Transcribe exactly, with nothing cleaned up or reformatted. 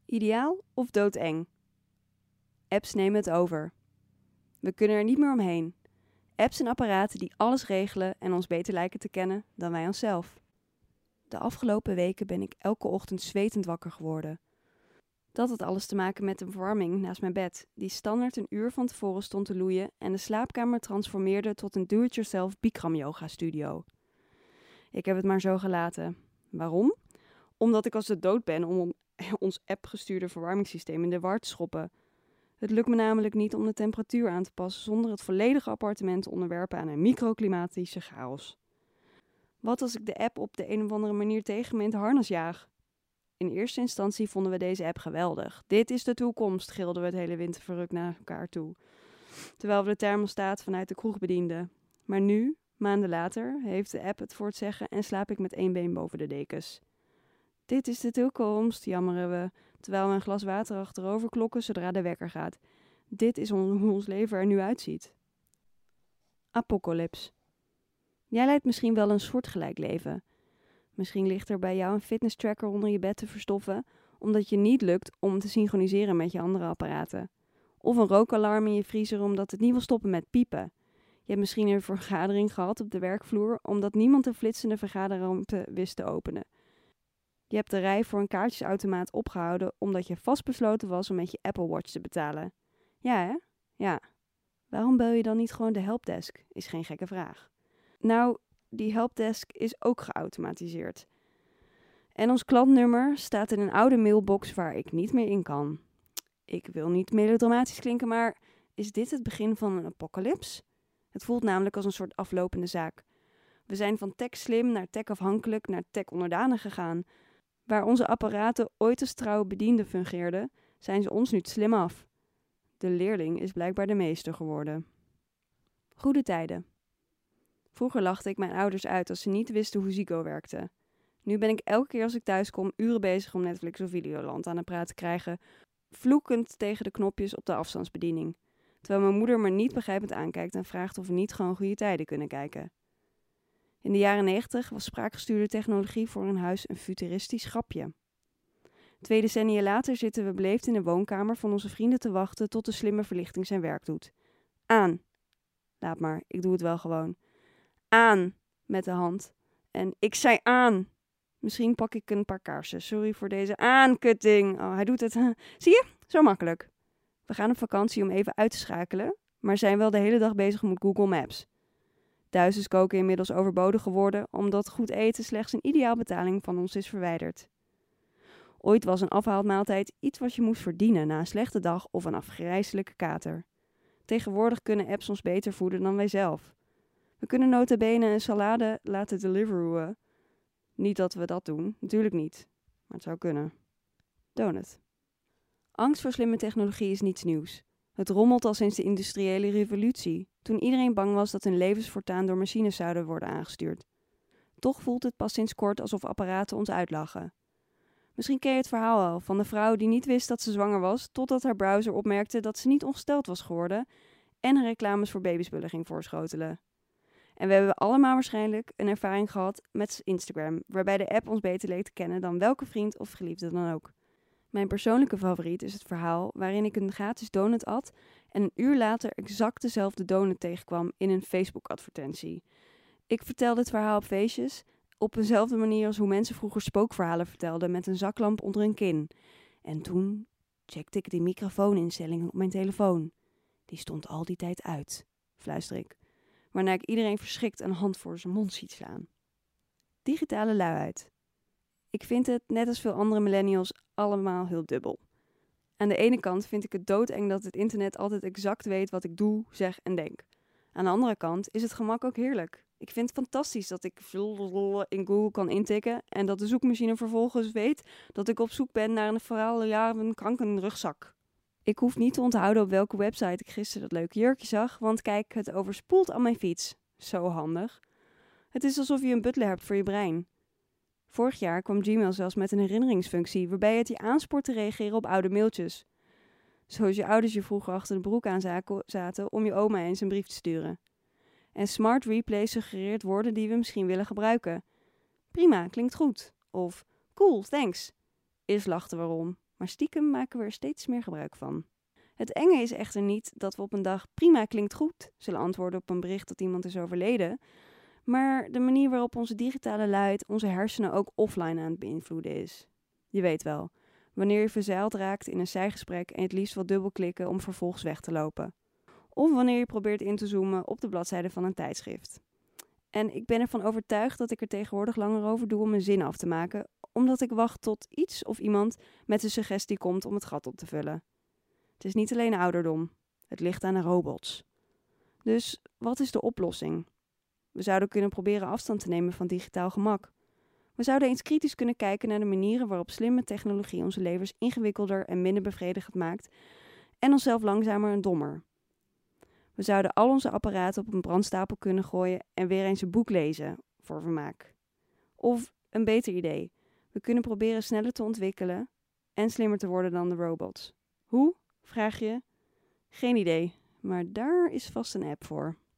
Ideaal of doodeng? Apps nemen het over. We kunnen er niet meer omheen. Apps en apparaten die alles regelen en ons beter lijken te kennen dan wij onszelf. De afgelopen weken ben ik elke ochtend zwetend wakker geworden. Dat had alles te maken met de verwarming naast mijn bed, die standaard een uur van tevoren stond te loeien en de slaapkamer transformeerde tot een do-it-yourself Bikram yoga studio. Ik heb het maar zo gelaten. Waarom? Omdat ik als de dood ben om ons app-gestuurde verwarmingssysteem in de war te schoppen. Het lukt me namelijk niet om de temperatuur aan te passen zonder het volledige appartement te onderwerpen aan een microklimatische chaos. Wat als ik de app op de een of andere manier tegen me in het harnas jaag? In eerste instantie vonden we deze app geweldig. Dit is de toekomst, gilden we het hele winter verrukt naar elkaar toe. Terwijl we de thermostaat vanuit de kroeg bedienden. Maar nu, maanden later, heeft de app het voor het zeggen en slaap ik met één been boven de dekens. Dit is de toekomst, jammeren we, terwijl we een glas water achterover klokken zodra de wekker gaat. Dit is on- hoe ons leven er nu uitziet. Apocalyps. Jij leidt misschien wel een soortgelijk leven. Misschien ligt er bij jou een fitness tracker onder je bed te verstoffen, omdat je niet lukt om te synchroniseren met je andere apparaten. Of een rookalarm in je vriezer omdat het niet wil stoppen met piepen. Je hebt misschien een vergadering gehad op de werkvloer, omdat niemand de flitsende vergaderruimte wist te openen. Je hebt de rij voor een kaartjesautomaat opgehouden omdat je vastbesloten was om met je Apple Watch te betalen. Ja, hè? Ja. Waarom bel je dan niet gewoon de helpdesk? Is geen gekke vraag. Nou, die helpdesk is ook geautomatiseerd. En ons klantnummer staat in een oude mailbox waar ik niet meer in kan. Ik wil niet melodramatisch klinken, maar is dit het begin van een apocalyps? Het voelt namelijk als een soort aflopende zaak. We zijn van tech-slim naar tech-afhankelijk naar tech-onderdanig gegaan. Waar onze apparaten ooit als trouwe bedienden fungeerden, zijn ze ons nu te slim af. De leerling is blijkbaar de meester geworden. Goede tijden. Vroeger lachte ik mijn ouders uit als ze niet wisten hoe Ziggo werkte. Nu ben ik elke keer als ik thuis kom uren bezig om Netflix of Videoland aan de praat te krijgen, vloekend tegen de knopjes op de afstandsbediening. Terwijl mijn moeder me niet begrijpend aankijkt en vraagt of we niet gewoon goede tijden kunnen kijken. In de jaren negentig was spraakgestuurde technologie voor een huis een futuristisch grapje. Twee decennia later zitten we beleefd in de woonkamer van onze vrienden te wachten tot de slimme verlichting zijn werk doet. Aan. Laat maar, ik doe het wel gewoon. Aan met de hand. En ik zei aan. Misschien pak ik een paar kaarsen. Sorry voor deze aankutting. Oh, hij doet het. Zie je? Zo makkelijk. We gaan op vakantie om even uit te schakelen, maar zijn wel de hele dag bezig met Google Maps. Thuis is koken inmiddels overbodig geworden, omdat goed eten slechts een ideaal betaling van ons is verwijderd. Ooit was een afhaalmaaltijd iets wat je moest verdienen na een slechte dag of een afgrijselijke kater. Tegenwoordig kunnen apps ons beter voeden dan wij zelf. We kunnen nota bene een salade laten deliveren. Niet dat we dat doen, natuurlijk niet. Maar het zou kunnen. Donut. Angst voor slimme technologie is niets nieuws. Het rommelt al sinds de industriële revolutie, toen iedereen bang was dat hun levens voortaan door machines zouden worden aangestuurd. Toch voelt het pas sinds kort alsof apparaten ons uitlachen. Misschien ken je het verhaal al van de vrouw die niet wist dat ze zwanger was, totdat haar browser opmerkte dat ze niet ongesteld was geworden en reclames voor babyspullen ging voorschotelen. En we hebben allemaal waarschijnlijk een ervaring gehad met Instagram, waarbij de app ons beter leek te kennen dan welke vriend of geliefde dan ook. Mijn persoonlijke favoriet is het verhaal waarin ik een gratis donut at en een uur later exact dezelfde donut tegenkwam in een Facebook-advertentie. Ik vertelde het verhaal op feestjes op dezelfde manier als hoe mensen vroeger spookverhalen vertelden met een zaklamp onder hun kin. En toen checkte ik de microfooninstellingen op mijn telefoon. Die stond al die tijd uit, fluister ik, waarna ik iedereen verschrikt een hand voor zijn mond ziet slaan. Digitale luiheid. Ik vind het, net als veel andere millennials, allemaal heel dubbel. Aan de ene kant vind ik het doodeng dat het internet altijd exact weet wat ik doe, zeg en denk. Aan de andere kant is het gemak ook heerlijk. Ik vind het fantastisch dat ik in Google kan intikken en dat de zoekmachine vervolgens weet dat ik op zoek ben naar een verhaal ja, een krankenrugzak. Ik hoef niet te onthouden op welke website ik gisteren dat leuke jurkje zag, want kijk, het overspoelt aan mijn fiets. Zo handig. Het is alsof je een butler hebt voor je brein. Vorig jaar kwam Gmail zelfs met een herinneringsfunctie waarbij het je aanspoort te reageren op oude mailtjes. Zoals je ouders je vroeger achter de broek aan zaten om je oma eens een brief te sturen. En Smart Replay suggereert woorden die we misschien willen gebruiken. Prima, klinkt goed. Of cool, thanks. Eerst lachten we erom, maar stiekem maken we er steeds meer gebruik van. Het enge is echter niet dat we op een dag prima klinkt goed zullen antwoorden op een bericht dat iemand is overleden, maar de manier waarop onze digitale luid onze hersenen ook offline aan het beïnvloeden is. Je weet wel, wanneer je verzeild raakt in een zijgesprek en je het liefst wil dubbelklikken om vervolgens weg te lopen. Of wanneer je probeert in te zoomen op de bladzijde van een tijdschrift. En ik ben ervan overtuigd dat ik er tegenwoordig langer over doe om een zin af te maken, omdat ik wacht tot iets of iemand met een suggestie komt om het gat op te vullen. Het is niet alleen ouderdom, het ligt aan de robots. Dus wat is de oplossing? We zouden kunnen proberen afstand te nemen van digitaal gemak. We zouden eens kritisch kunnen kijken naar de manieren waarop slimme technologie onze levens ingewikkelder en minder bevredigend maakt en onszelf langzamer en dommer. We zouden al onze apparaten op een brandstapel kunnen gooien en weer eens een boek lezen, voor vermaak. Of, een beter idee, we kunnen proberen sneller te ontwikkelen en slimmer te worden dan de robots. Hoe? Vraag je? Geen idee, maar daar is vast een app voor.